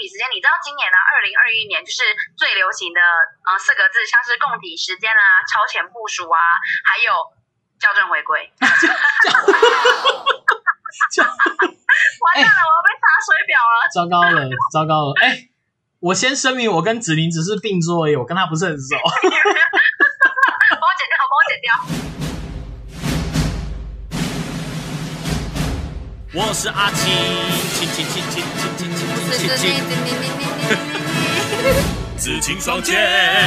时间，你知道今年呢，2021年就是最流行的4个字，像是共体时间啊、超前部署啊，还有校正回归。完蛋了，我要被查水表了。 糟糕了！我先声明，我跟子宁只是并桌而已，我跟他不是很熟。 帮我剪掉。 我是阿青，紫青双剑，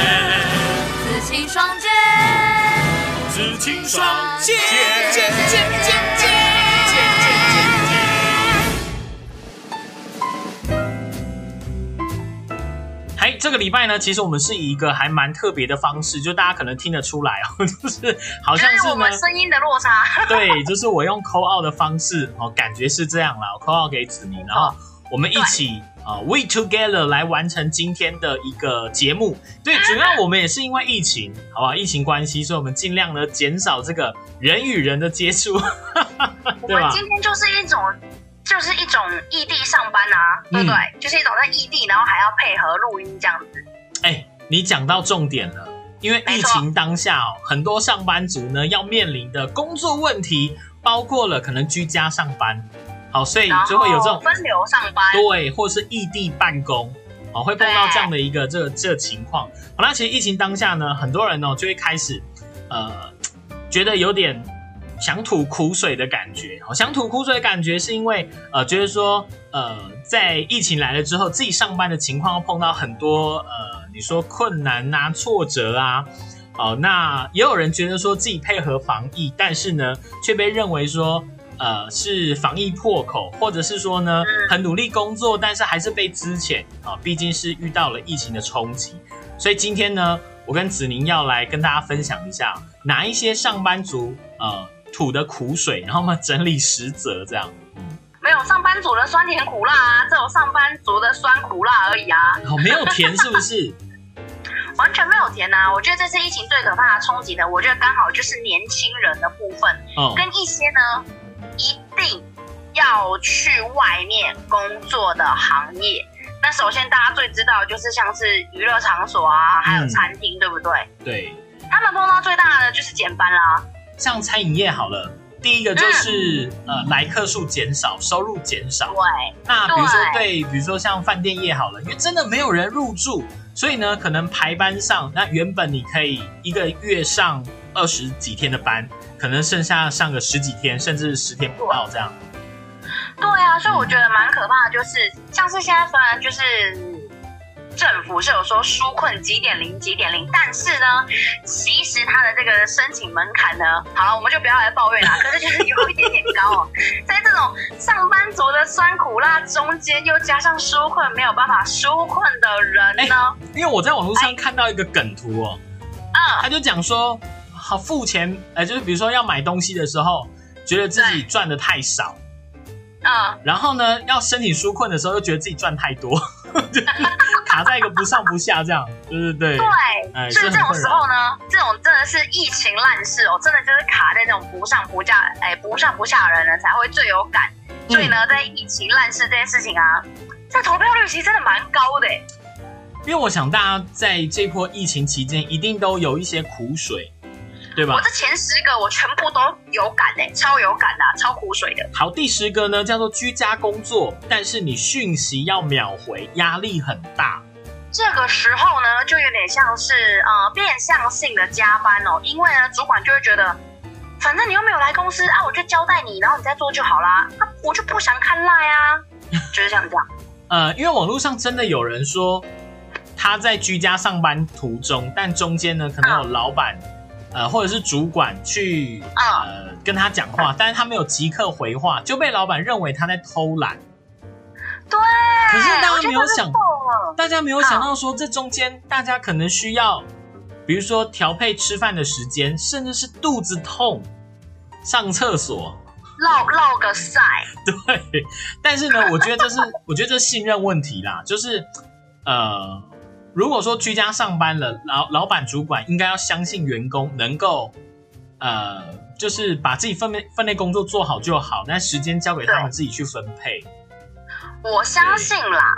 这个礼拜呢，其实我们是以一个还蛮特别的方式，就大家可能听得出来哦，就是好像是呢， 就是我们声音的落差。 对，就是我用 call out 的方式哦，感觉是这样啦，我 call out 给子宁，然后我们一起we together 来完成今天的一个节目。对，主要我们也是因为疫情，好吧，疫情关系，所以我们尽量呢减少这个人与人的接触，对吧？ 我们今天就是一种异地上班啊，对不对？就是一种在异地，然后还要配合录音这样子。 你讲到重点了，因为疫情当下很多上班族呢要面临的工作问题，包括了可能居家上班，好，所以就会有这种分流上班， 对，或是异地办公，好，会碰到这样的一个这个情况。好，那其实疫情当下呢，很多人就会开始觉得有点想吐苦水的感觉。想吐苦水的感觉是因为觉得说在疫情来了之后，自己上班的情况碰到很多你说困难啊、挫折啊。那也有人觉得说自己配合防疫，但是呢却被认为说是防疫破口，或者是说呢很努力工作，但是还是被资遣毕竟是遇到了疫情的冲击。所以今天呢，我跟子宁要来跟大家分享一下哪一些上班族吐的苦水，然后我们整理实则这样。 没有上班族的酸甜苦辣啊，只有上班族的酸苦辣而已啊。 没有甜是不是？ 完全没有甜啊！我觉得这次疫情最可怕的冲击呢，我觉得刚好就是年轻人的部分，跟一些呢一定要去外面工作的行业。那首先大家最知道的就是像是娱乐场所啊，还有餐厅，对不对？ 对。 他们碰到最大的就是减班啦。 像餐饮业好了。第一个就是来客数减少，收入减少。 对， 那比如说像饭店业好了，因为真的没有人入住，所以呢，可能排班上，那原本你可以一个月上20几天的班，可能剩下上个10几天，甚至10天不到这样。 对啊，所以我觉得蛮可怕的，就是像是现在虽然就是政府是有说纾困几点零，但是呢，其实它的这个申请门槛呢，好了，我们就不要来抱怨啦。可是就是有一点点高哦，在这种上班族的酸苦辣中间，又加上纾困没有办法纾困的人呢， 因为我在网络上看到一个梗图哦，他就讲说，好付钱，就是比如说要买东西的时候，觉得自己赚的太少。然后呢，要申请纾困的时候，又觉得自己赚太多，卡在一个不上不下这样，对。对， 所以这种时候呢，这种真的是疫情烂事哦，真的就是卡在这种不上不下的人呢，才会最有感。所以呢，在疫情烂事这件事情啊，这投票率其实真的蛮高的。 因为我想大家在这波疫情期间，一定都有一些苦水。对吧？ 我这前10个我全部都有感超有感的，超苦水的。 好，第10个呢叫做居家工作，但是你讯息要秒回，压力很大。 这个时候呢，就有点像是变相性的加班哦，因为呢主管就会觉得，反正你又没有来公司啊，我就交代你，然后你再做就好啦。我就不想看赖啊，就是像这样。 因为网络上真的有人说他在居家上班途中，但中间呢可能有老板。或者是主管去跟他讲话，但是他没有即刻回话，就被老板认为他在偷懒。 对， 可是大家没有想到说，这中间大家可能需要，比如说调配吃饭的时间，甚至是肚子痛、上厕所、 落个塞。 对，但是呢，我觉得这是信任问题啦，就是如果说居家上班了，老板主管应该要相信员工能够，就是把自己分内工作做好就好，但时间交给他们自己去分配。 我相信啦，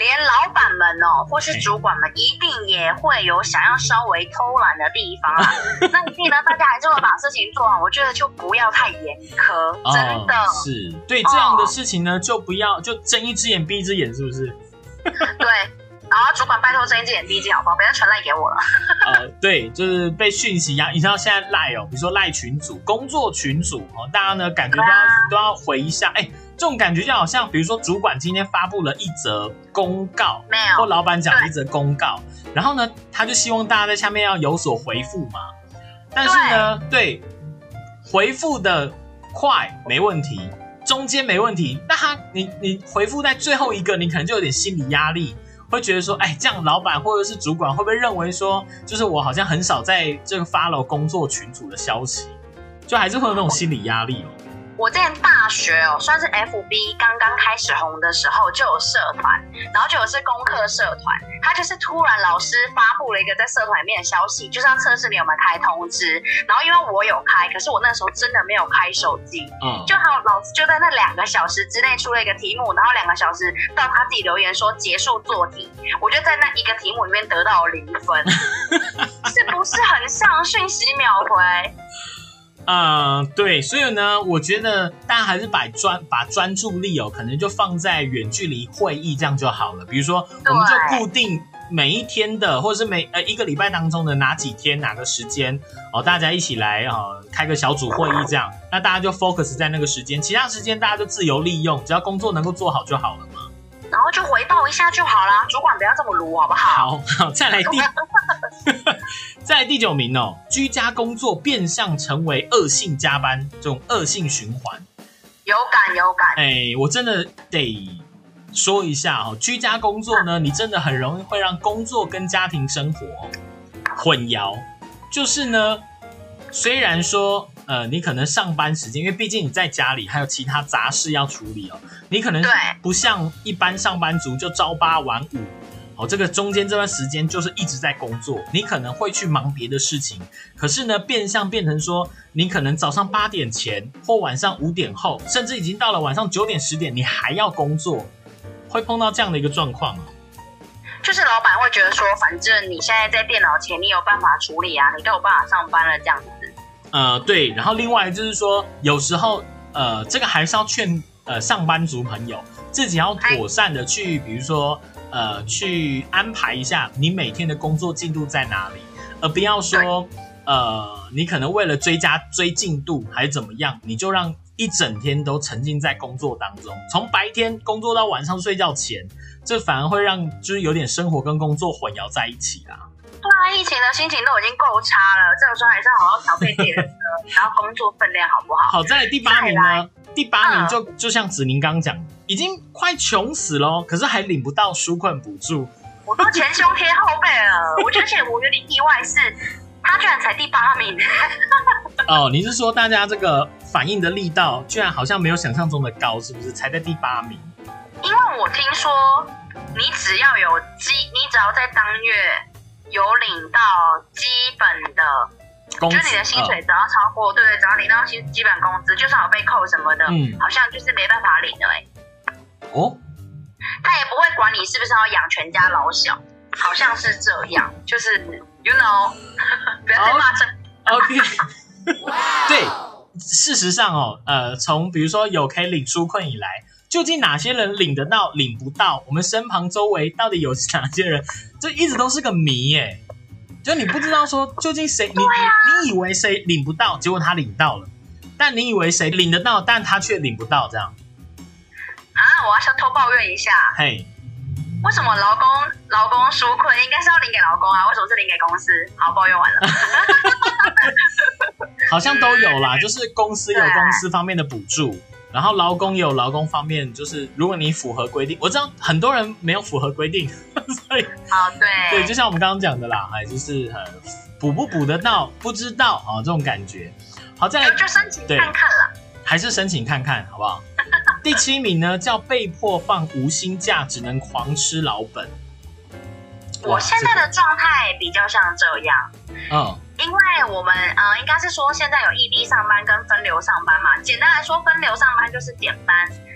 连老板们哦，或是主管们，一定也会有想要稍微偷懒的地方啊。那一定呢，大家还是会把事情做完。我觉得就不要太严苛，真的。 是对这样的事情呢，就不要就睁一只眼闭一只眼，是不是？ 对。然后主管拜托睁一只眼闭一只眼，好不好？不要传赖给我了。 对，就是被讯息压。你知道现在赖哦，比如说赖群组、工作群组哦，大家呢感觉都要回一下。这种感觉就好像，比如说主管今天发布了一则公告， 没有， 或老板讲了一则公告，然后呢，他就希望大家在下面要有所回复嘛。但是呢，对，回复的快没问题，中间没问题，那你回复在最后一个，你可能就有点心理压力。会觉得说，这样老板或者是主管会不会认为说，就是我好像很少在这个 follow 工作群组的消息，就还是会有那种心理压力哦。 我之前大学哦，算是 FB 刚刚开始红的时候，就有社团，然后就有是功课社团，他就是突然老师发布了一个在社团里面的消息，就是要测试你有没有开通知，然后因为我有开，可是我那时候真的没有开手机，就好老师就在那2个小时之内出了一个题目，然后2个小时到他自己留言说结束做题，我就在那一个题目里面得到了0分，是不是很像讯息秒回？ 对，所以呢，我觉得大家还是把专注力可能就放在远距离会议这样就好了。比如说，我们就固定每一天的，或者是一个礼拜当中的哪几天哪个时间大家一起来开个小组会议这样，那大家就 focus 在那个时间，其他时间大家就自由利用，只要工作能够做好就好了嘛。 然后就回报一下就好啦，主管不要这么鲁好不好？ 好，再来第9名居家工作变相成为恶性加班，这种恶性循环。 有感。 我真的得说一下居家工作呢，你真的很容易会让工作跟家庭生活混淆。就是呢，虽然说你可能上班时间，因为毕竟你在家里还有其他杂事要处理你可能不像一般上班族就朝8晚5这个中间这段时间就是一直在工作，你可能会去忙别的事情，可是呢变成说你可能早上8点前或晚上5点后，甚至已经到了晚上9点10点你还要工作，会碰到这样的一个状况就是老板会觉得说，反正你现在在电脑前你有办法处理啊，你都有办法上班了这样子。 对，然后另外就是说，有时候这个还是要劝上班族朋友自己要妥善的去，比如说去安排一下你每天的工作进度在哪里，而不要说你可能为了追进度还是怎么样，你就让一整天都沉浸在工作当中，从白天工作到晚上睡觉前，这反而会让就是有点生活跟工作混淆在一起啦。 对啊，疫情的心情都已经够差了，这个时候还是要好好调配自己的然后工作分量好不好？ 好，在第8名呢，第8名就像子宁刚讲，已经快穷死了，可是还领不到纾困补助， 我都前胸贴后背了。而且我有点意外是，他居然才第8名。 你是说大家这个反应的力道居然好像没有想象中的高，是不是？才在第8名？ 因为我听说，你只要在当月有领到基本的就是你的薪水只要超过，对，只要领到基本工资，就算有被扣什么的，好像就是没办法领的他也不会管你是不是要养全家老小，好像是这样，就是 you know， 不要再骂这。 OK， 对，事实上从比如说有可以领纾困以来，究竟哪些人领得到领不到，我们身旁周围到底有哪些人，这一直都是个谜耶。就你不知道说究竟谁，你以为谁领不到，结果他领到了，但你以为谁领得到，但他却领不到，这样我要先偷抱怨一下，为什么劳工纾困应该是要领给劳工啊？为什么是领给公司？好，抱怨完了。 好像都有啦，就是公司有公司方面的补助，然后劳工也有劳工方面，就是如果你符合规定，我知道很多人没有符合规定，所以对，就像我们刚刚讲的啦，就是补不补得到不知道这种感觉。好，再来就申请看看啦， 还是申请看看好不好？第7名呢，叫被迫放无薪假，只能狂吃老本。 我现在的状态比较像这样，因为我们应该是说现在有异地上班跟分流上班嘛。简单来说，分流上班就是点班，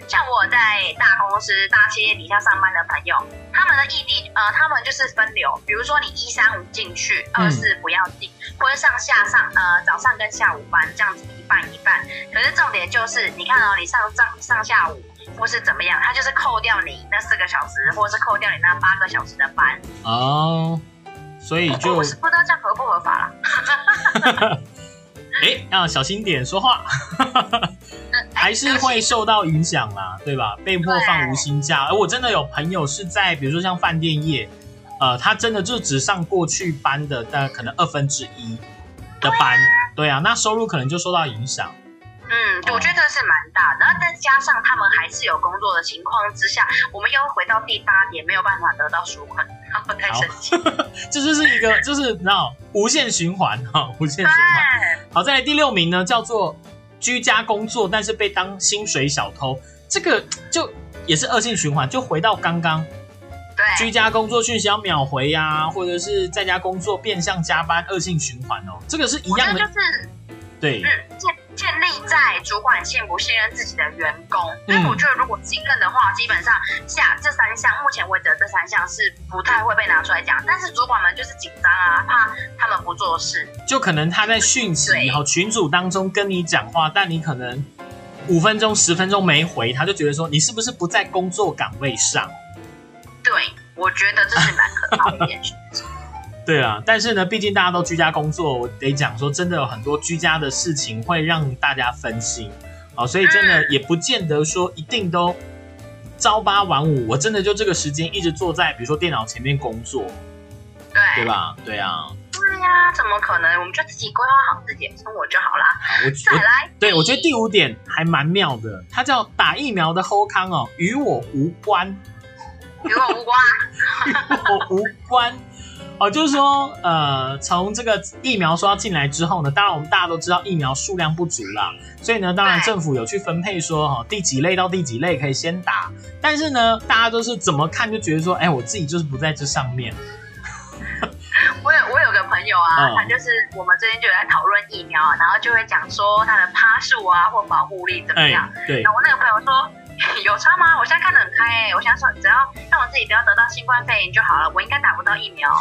像我在大公司、大企业底下上班的朋友，他们的异地，他们就是分流，比如说你135进去，24不要进，或者上下早上跟下午班这样子一半一半。可是重点就是，你看你上下午或是怎么样，他就是扣掉你那4个小时，或者是扣掉你那8个小时的班。 哦，所以就我是不知道这样合不合法啦。 要小心点说话。还是会受到影响啦，对吧？被迫放无薪假，而我真的有朋友是在，比如说像饭店业，他真的就只上过去班的，可能1/2的班，对啊，那收入可能就受到影响。 我觉得这是蛮大的，然后再加上他们还是有工作的情况之下，我们又回到第8点，没有办法得到纾困，然后太生气。 这就是一个，就是你知道，无限循环哈，无限循环。好，再来第6名呢，叫做居家工作，但是被当薪水小偷，这个就也是恶性循环，就回到刚刚，居家工作讯息要秒回呀，或者是在家工作变相加班，恶性循环哦，这个是一样的， 就是对， 建立在主管信不信任自己的员工。因为我觉得如果信任的话，基本上这3项，目前为止的这3项是不太会被拿出来讲，但是主管们就是紧张啊，怕他们不做事， 就可能他在讯息群组当中跟你讲话，但你可能5分钟10分钟没回，他就觉得说你是不是不在工作岗位上。 对，我觉得这是蛮可怕的一件事情。 对啊，但是呢，毕竟大家都居家工作，我得讲说，真的有很多居家的事情会让大家分心，所以真的也不见得说一定都朝8晚5，我真的就这个时间一直坐在比如说电脑前面工作，对吧？对啊。 对呀，怎么可能？我们就自己规划好自己的生活就好啦。再来， 对，我觉得第5点还蛮妙的，它叫打疫苗的后康哦，与我无关， 与我无关， 与我无关。就是说，从这个疫苗说要进来之后呢，当然我们大家都知道疫苗数量不足啦，所以呢，当然政府有去分配说，第几类到第几类可以先打，但是呢，大家都是怎么看就觉得说，我自己就是不在这上面。 我有个朋友啊，他就是我们最近就在讨论疫苗，然后就会讲说他的趴数啊或保护力怎么样。 对。 然后我那个朋友说。有差吗？我现在看得很开我想说，只要让我自己不要得到新冠肺炎就好了，我应该打不到疫苗。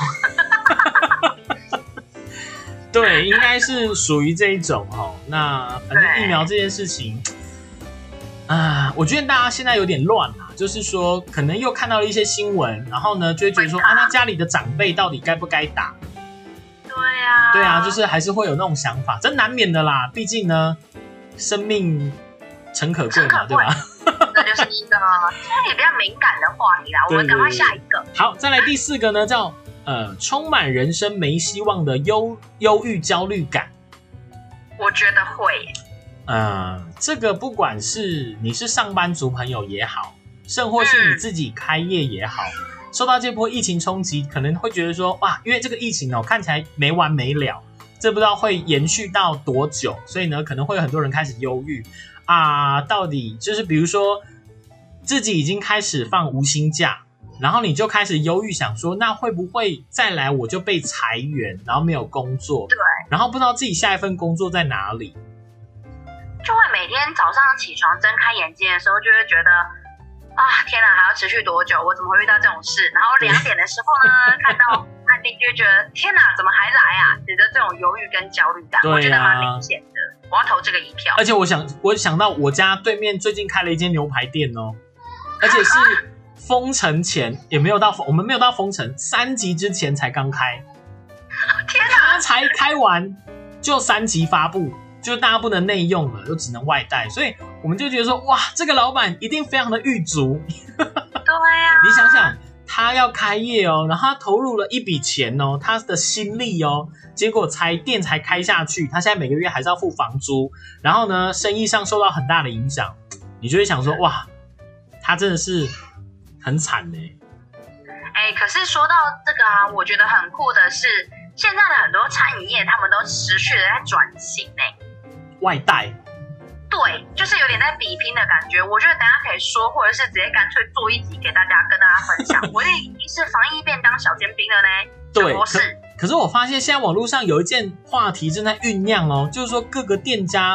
对，应该是属于这一种那反正疫苗这件事情我觉得大家现在有点乱就是说可能又看到了一些新闻，然后呢就会觉得说那家里的长辈到底该不该打？对啊，就是还是会有那种想法，这难免的啦，毕竟呢生命诚可贵嘛，对吧？ 这就是一个也比较敏感的话题啦，我们赶快下一个。 好，再来第4个呢，叫充满人生没希望的忧郁焦虑感。 我觉得会。 这个不管是你是上班族朋友也好，甚或是你自己开业也好，受到这波疫情冲击，可能会觉得说哇，因为这个疫情看起来没完没了，这不知道会延续到多久，所以呢，可能会有很多人开始忧郁。到底就是比如说自己已经开始放无薪假，然后你就开始忧郁，想说那会不会再来我就被裁员，然后没有工作， 对， 然后不知道自己下一份工作在哪里， 就会每天早上起床睁开眼睛的时候就会觉得天哪，还要持续多久？我怎么会遇到这种事？然后2点的时候呢，看到判定就会觉得天哪，怎么还来啊？觉得这种犹豫跟焦虑感，我觉得蛮明显的。我要投这个一票。 而且我想到我家对面最近开了一间牛排店而且是封城前，也没有到我们没有到封城，3级之前才刚开。 天哪！ 他才开完就3级发布。就是大家不能内用了，就只能外带，所以我们就觉得说，哇，这个老板一定非常的狱足。 对啊， 你想想，他要开业然后他投入了一笔钱他的心力结果店才开下去，他现在每个月还是要付房租，然后呢，生意上受到很大的影响，你就会想说，哇，他真的是很惨可是说到这个我觉得很酷的是，现在的很多餐饮业他们都持续的在转型外带， 对，就是有点在比拼的感觉。我觉得等一下可以说，或者是直接干脆做一集给大家跟大家分享。我已经是防疫便当小尖兵了呢。 对，可是我发现现在网络上有一件话题正在酝酿就是说各个店家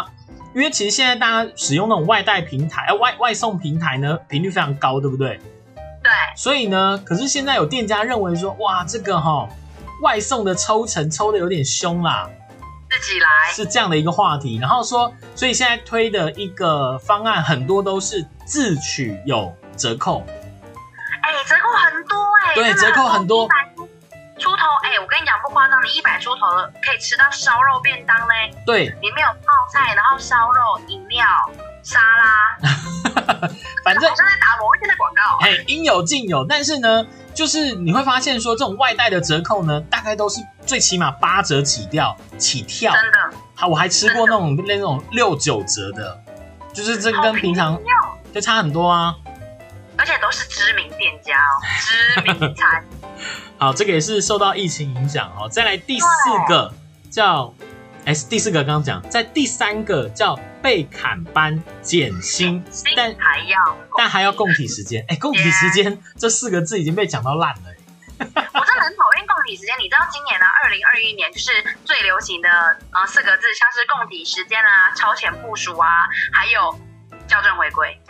因为其实现在大家使用那种外带平台、外送平台呢，频率非常高，对不对？ 对。 所以呢，可是现在有店家认为说，哇，这个外送的抽成抽的有点凶啦， 自己来是这样的一个话题。然后说，所以现在推的一个方案很多都是自取有折扣。 折扣很多对，折扣很多。 出头我跟你讲不夸张，你100出头可以吃到烧肉便当嘞。 对， 里面有泡菜，然后烧肉、饮料、沙拉， 反正好像在打某一天的广告。 应有尽有。但是呢，就是你会发现说，这种外带的折扣呢，大概都是最起码8折起跳。 真的。 好，我还吃过那种6、9折的，就是这跟平常就差很多啊。 而且都是知名店家知名餐。 好，这个也是受到疫情影响再来第4个叫，第4个刚刚讲，在第3个叫被砍班减薪，但还要共体时间。共体时间这4个字已经被讲到烂了。 我真的很讨厌共体时间。你知道今年2021年就是最流行的4个字，像是共体时间啊、超前部署啊，还有校正回归。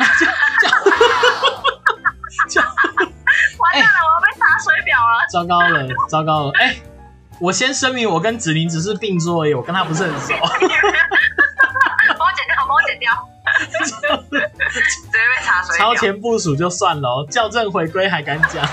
完蛋了，我要被查水表了！ 糟糕了！我先声明，我跟子琳只是并桌而已，我跟他不是很熟。 帮我剪掉，直接被查水表。 超前部署就算了校正回归还敢讲？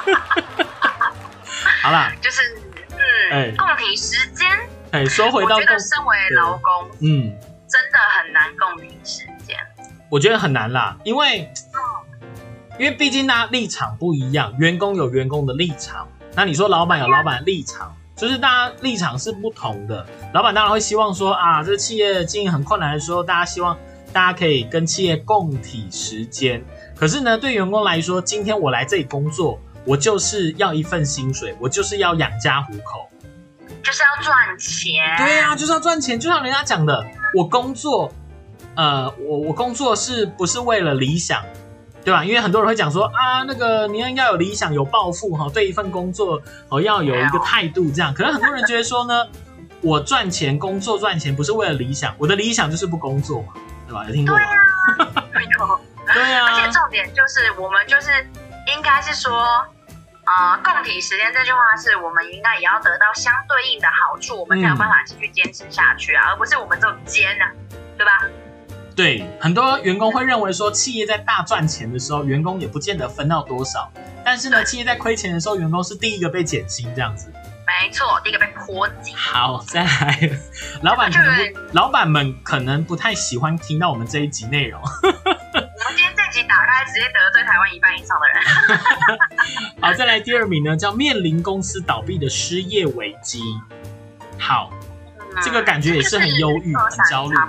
好啦， 就是共体时间。 说回到， 我觉得身为劳工，真的很难共体时间。 我觉得很难啦，因为毕竟大家立场不一样，员工有員工的立场，那你说老板有老板的立场，就是大家立场是不同的。老板当然会希望说这个企业经营很困难的时候，大家希望大家可以跟企业共体时间。可是呢，对员工来说，今天我来这里工作，我就是要一份薪水，我就是要养家糊口， 就是要赚钱。 对啊，就是要赚钱。就像人家讲的，我工作，我工作是不是为了理想？对吧？因为很多人会讲说那个你要有理想、有抱负对一份工作要有一个态度这样。可是很多人觉得说呢，我赚钱、工作赚钱不是为了理想，我的理想就是不工作嘛，对吧？有听过吗？对啊。 而且重点就是我们就是应该是说，共体时间这句话是我们应该也要得到相对应的好处，我们才有办法继续坚持下去而不是我们这种奸对吧？ 对，很多员工会认为说，企业在大赚钱的时候，员工也不见得分到多少。但是呢，企业在亏钱的时候，员工是第一个被减薪这样子。 没错，第一个被波及。 好，再来，老板们可能不太喜欢听到我们这一集内容。 我们今天这集打开，直接得罪台湾1半以上的人。 好，再来第2名呢，叫面临公司倒闭的失业危机。好，这个感觉也是很忧郁、很焦虑。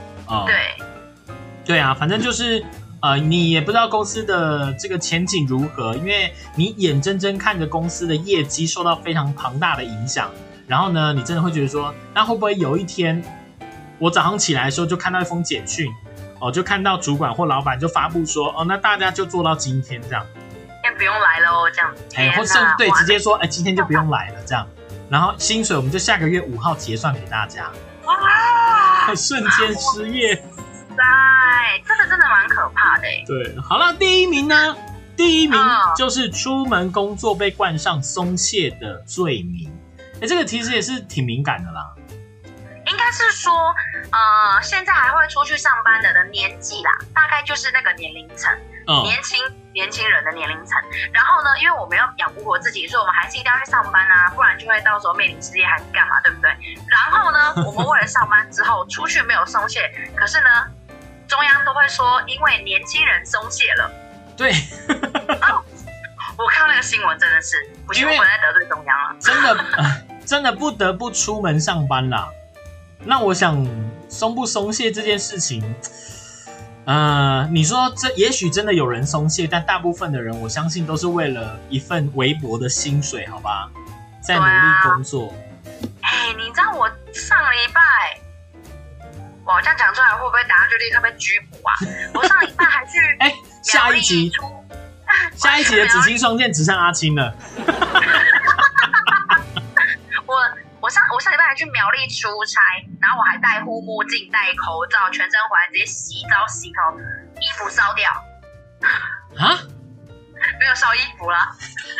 对啊，反正就是你也不知道公司的这个前景如何，因为你眼睁睁看着公司的业绩受到非常庞大的影响，然后呢，你真的会觉得说，那会不会有一天，我早上起来的时候就看到一封简讯，就看到主管或老板就发布说，那大家就做到今天这样， 今天不用来了这样， 或甚至直接说，今天就不用来了这样，然后薪水我们就下个月5号结算给大家，哇，瞬间失业。 这个真的蛮可怕的对，好了，第一名呢？第一名就是出门工作被冠上松懈的罪名。这个其实也是挺敏感的啦。 应该是说，现在还会出去上班的年纪啦，大概就是那个年龄层，年轻人的年龄层。然后呢，因为我们要养不活自己，所以我们还是一定要去上班不然就会到时候面临失业还是干嘛，对不对？然后呢，我们为了上班之后出去没有松懈，可是呢，中央都会说，因为年轻人松懈了。 对。 我看到那个新闻真的是不行，我不能再得罪中央了。 真的不得不出门上班啦。那我想松不松懈这件事情，你说这也许真的有人松懈，但大部分的人我相信都是为了一份微薄的薪水，好吧，在努力工作。 你知道我上礼拜，我这样讲出来会不会等下就立刻被拘捕啊？我上礼拜还去下一集的紫金双剑只剩阿青了。 我上礼拜还去苗栗出差，然然后我还戴护目镜、戴口罩，全身回来直接洗澡、洗头，衣服烧掉。 啊？ 没有烧衣服啦。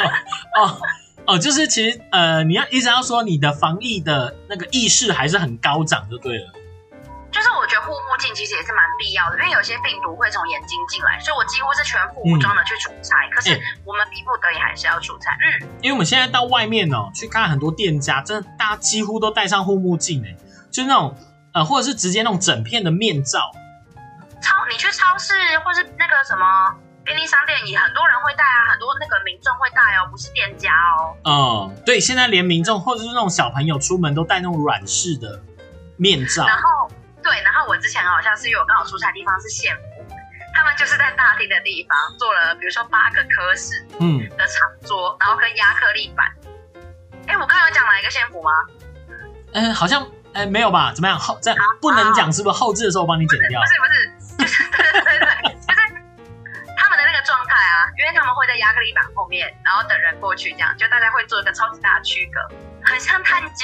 就是其实你一直要说你的防疫的那个意识还是很高涨就对了。 就是我觉得护目镜其实也是蛮必要的，因为有些病毒会从眼睛进来，所以我几乎是全副武装的去出差。可是我们逼不得已还是要出差。 因为我们现在到外面去看很多店家，真的大家几乎都戴上护目镜就是那种或者是直接那种整片的面罩。 你去超市或是那个什么便利商店，也很多人会戴啊，很多那个民众会戴哦，不是店家哦。 对，现在连民众或者是那种小朋友出门都戴那种软式的面罩。 然后我之前很好笑，是因为我刚好出差的地方是县府，他们就是在大厅的地方做了，比如说8个科室的长桌，然后跟亚克力板。我刚刚有讲哪一个县府吗？ 好像没有吧？怎么样？这不能讲，是不是？后置的时候我帮你剪掉。 不是，就是对，就是他们的那个状态啊，因为他们会在亚克力板后面，然后等人过去，这样就大家会做一个超级大的区隔，很像探监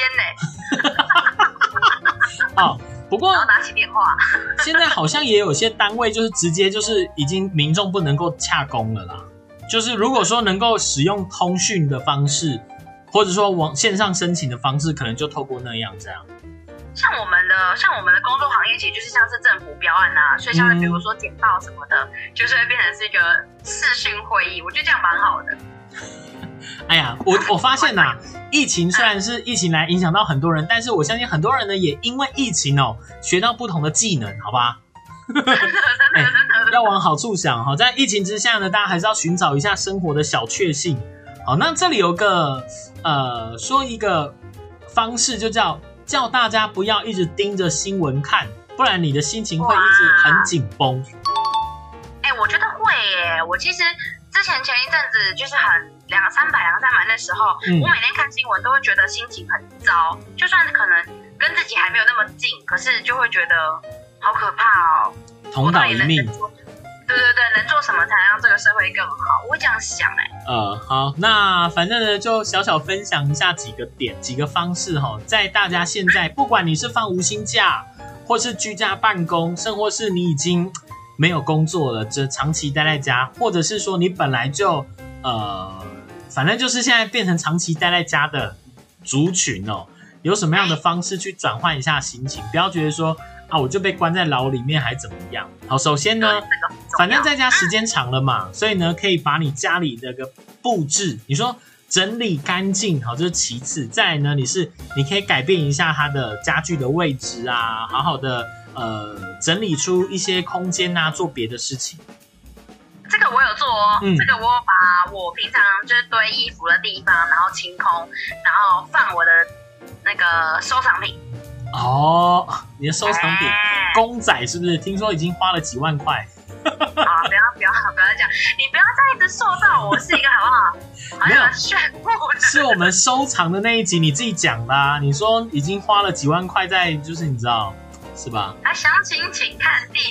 不过然后拿起电话， 现在好像也有些单位就是直接就是已经民众不能够洽公了啦。就是如果说能够使用通讯的方式，或者说往线上申请的方式，可能就透过那样这样。 像我们的工作行业，其实就是像是政府标案啊，所以像是比如说简报什么的，就是会变成是一个视讯会议，我觉得这样蛮好的。 哎呀，我发现疫情虽然是疫情来影响到很多人，但是我相信很多人呢也因为疫情学到不同的技能，好吧？ 真的要往好处想在疫情之下呢，大家还是要寻找一下生活的小确幸。好，那这里有个说一个方式，就叫大家不要一直盯着新闻看，不然你的心情会一直很紧绷。 我觉得会耶。我其实前一阵子就是两三百的时候，我每天看新闻都会觉得心情很糟，就算可能跟自己还没有那么近，可是就会觉得好可怕哦， 同岛一命。 对，能做什么才能让这个社会更好？我会这样想好，那反正呢，就小小分享一下几个点、几个方式在大家现在不管你是放无薪假，或是居家办公，甚或是你已经没有工作了，这长期待在家，或者是说你本来就反正就是现在变成长期待在家的族群有什么样的方式去转换一下心情？不要觉得说我就被关在牢里面还怎么样？好，首先呢，反正在家时间长了嘛，所以呢，可以把你家里的个布置，你说整理干净，好，这是其次。再来呢，你可以改变一下它的家具的位置啊，好好的整理出一些空间啊，做别的事情。 这个我有做这个我有把我平常就是堆衣服的地方，然后清空，然后放我的那个收藏品。 你的收藏品公仔是不是？听说已经花了几万块。 不要再讲，你不要再一直塑造我是一个好不好？ 没有炫富的， 是我们收藏的那一集你自己讲的你说已经花了几万块在，就是你知道是吧？ 详情请看第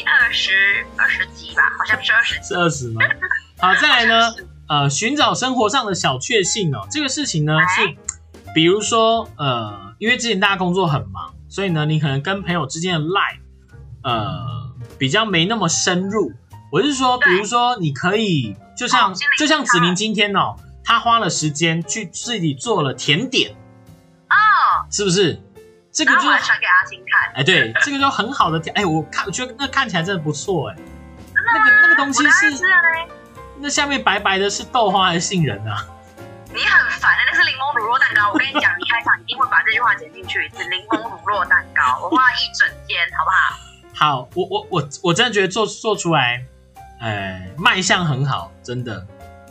20集吧，好像是20集。 是20吗？好，再来呢，寻找生活上的小确幸这个事情呢是，比如说因为之前大家工作很忙，所以呢你可能跟朋友之间的 line 比较没那么深入。我是说，比如说你可以就像子宁今天他花了时间去自己做了甜点是不是？这个就是传给阿星看。 对，这个就很好的我觉得那看起来真的不错那个东西是那下面白白的是豆花还是杏仁啊？ 你很烦那是柠檬乳酪蛋糕。我跟你讲，你开场一定会把这句话剪进去一次。柠檬乳酪蛋糕，我花了一整天，好不好？ 好，我真的觉得做出来，卖相很好，真的。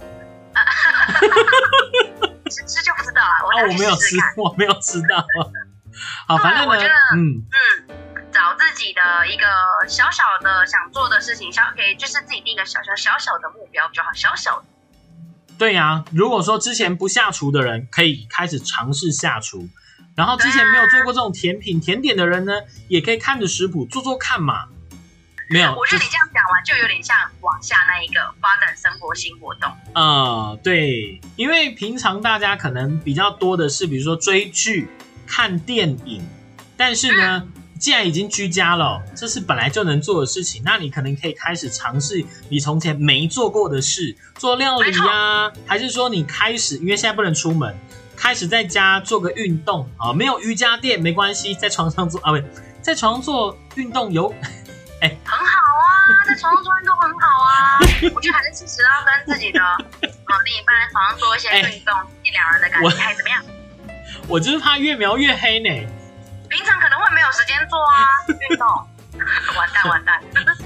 吃就不知道了。 我没有吃到。好，反正呢， 我觉得，找自己的一个小小的想做的事情，可以就是自己定一个小小的目标就好，小小的。 对呀，如果说之前不下厨的人，可以开始尝试下厨。然后之前没有做过这种甜点的人呢，也可以看着食谱做做看嘛。没有， 我觉得你这样讲完就有点像往下那一个发展生活新活动。 对，因为平常大家可能比较多的是，比如说追剧、看电影，但是呢， 既然已经居家了，这是本来就能做的事情，那你可能可以开始尝试你从前没做过的事，做料理啊，还是说你开始，因为现在不能出门，开始在家做个运动啊，没有瑜伽垫没关系，在床上做啊，不，在床上做运动有， 很好啊，在床上做运动很好啊，我觉得还是其实要跟自己的另一半在床上做一些运动，你两人的感情还怎么样？ 我就是怕越描越黑呢。 平常可能会没有时间做啊，运动，完蛋。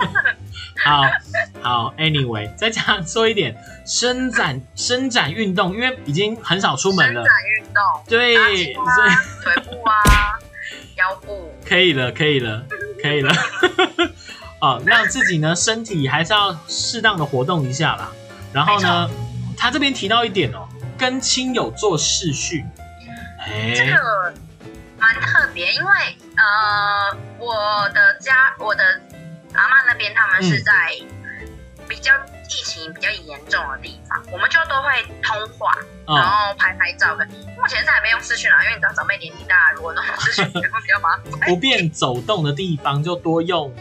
好 ，anyway， 再加上做一点伸展运动，因为已经很少出门了。 伸展运动， 对， 所以腿部啊，腰部， 可以了。让自己呢身体还是要适当的活动一下啦。然后呢，他这边提到一点跟亲友做视讯， 这个蛮特别，因为我的阿嬷那边他们是在比较疫情比较严重的地方，我们就都会通话，然后拍照跟。目前是还没用视讯啦，因为你知道长辈年纪大，如果弄视讯可能会比较麻烦。 不便走动的地方就多用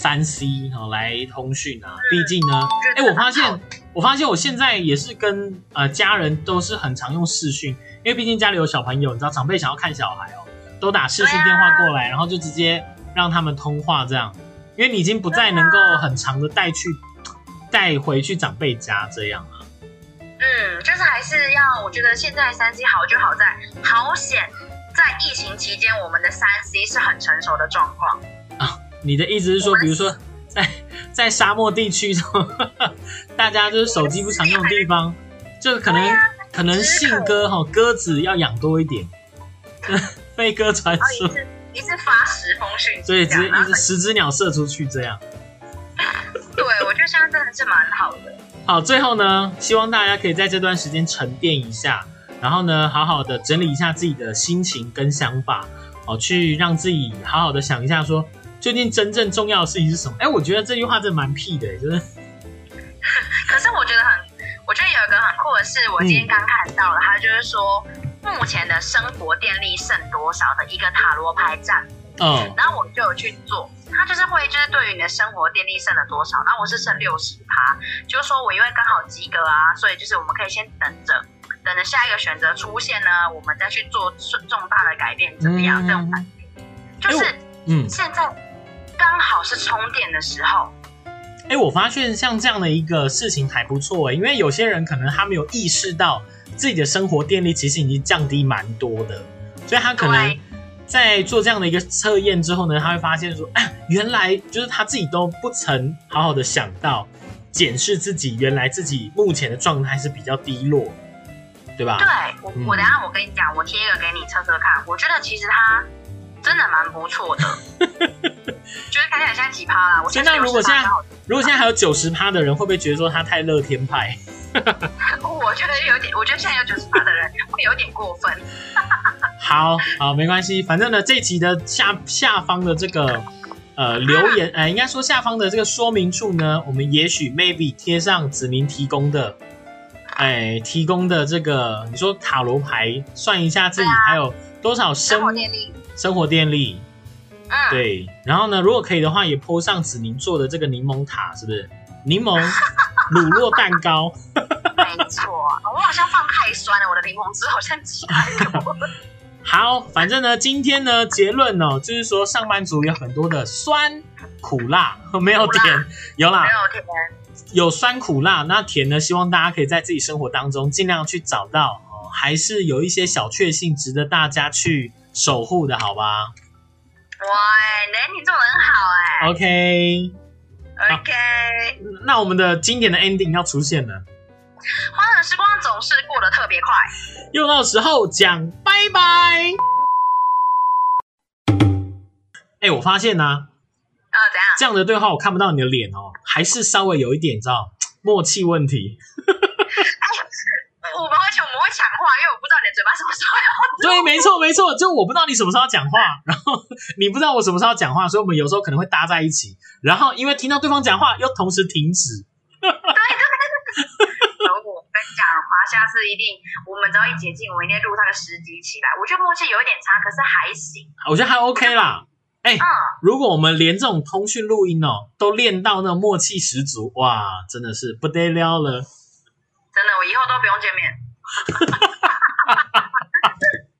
3C 来通讯啊，毕竟呢，我发现我现在也是跟家人都是很常用视讯，因为毕竟家里有小朋友，你知道长辈想要看小孩都打视讯电话过来，然后就直接让他们通话这样，因为你已经不再能够很长的带回去长辈家这样啊。 就是还是要，我觉得现在3C 好就好在好险，在疫情期间我们的3C 是很成熟的状况啊。你的意思是说，比如说在沙漠地区大家就是手机不常用的地方，就可能信鸽子要养多一点，飞鸽传书， 一次发10封讯息， 所以直接10只鸟射出去这样。 对，我觉得现在真的是蛮好的。 好，最后呢，希望大家可以在这段时间沉淀一下，然后呢，好好的整理一下自己的心情跟想法，去让自己好好的想一下说，究竟真正重要的事情是什么？我觉得这句话真的蛮屁的，就是。 可是我觉得有一个很酷的是，我今天刚看到了，他就是说目前的生活电力剩多少的一个塔罗牌占卜，然后我就有去做。它就是会，就是对于你的生活电力剩了多少，然后我是剩60%，就是说我因为刚好及格啊，所以就是我们可以先等着下一个选择出现呢，我们再去做重大的改变，怎么样？这种感觉，就是现在刚好是充电的时候。 我发现像这样的一个事情还不错因为有些人可能他没有意识到自己的生活电力其实已经降低蛮多的，所以他可能。在做这样的一个测验之后呢，他会发现说，原来就是他自己都不曾好好的想到检视自己，原来自己目前的状态是比较低落，对吧？ 对，我等一下我跟你讲，我贴一个给你测测看，我觉得其实他真的蛮不错的，就是看起来现在几趴啦。 现在如果现在还有90%的人，会不会觉得说他太乐天派？ 我觉得现在有90%的人会有点过分。 好，没关系，反正呢，这集的下方的这个留言，应该说下方的这个说明处呢，我们也许 maybe 贴上子宁提供的这个，你说塔罗牌算一下自己还有多少生活电力，对，然后呢，如果可以的话，也 po 上子宁做的这个柠檬塔，是不是？柠檬乳酪蛋糕。 没错，我好像放太酸了，我的柠檬汁好像挤太多。 好，反正呢，今天呢结论就是说上班族有很多的酸苦辣，没有甜，有啦， 没有甜， 有酸苦辣，那甜呢，希望大家可以在自己生活当中尽量去找到还是有一些小确幸值得大家去守护的，好吧？ 哇，你做得很好 OK， 那我们的经典的 ending 要出现了。 欢乐时光总是过得特别快， 又到时候讲拜拜。我发现呢， 怎样？ 这样的对话我看不到你的脸还是稍微有一点，你知道默契问题。 而且我们会抢话，因为我不知道你的嘴巴什么时候要对，没错，就我不知道你什么时候要讲话，然后你不知道我什么时候要讲话，所以我们有时候可能会搭在一起，然后因为听到对方讲话又同时停止。 对。我跟你讲下次一定，我们只要一解禁，我一定录他的10集起来。我觉得默契有一点差，可是还行。 我觉得还 OK 啦。 如果我们连这种通讯录音都练到那种默契十足，哇，真的是不得了了。 真的，我以后都不用见面。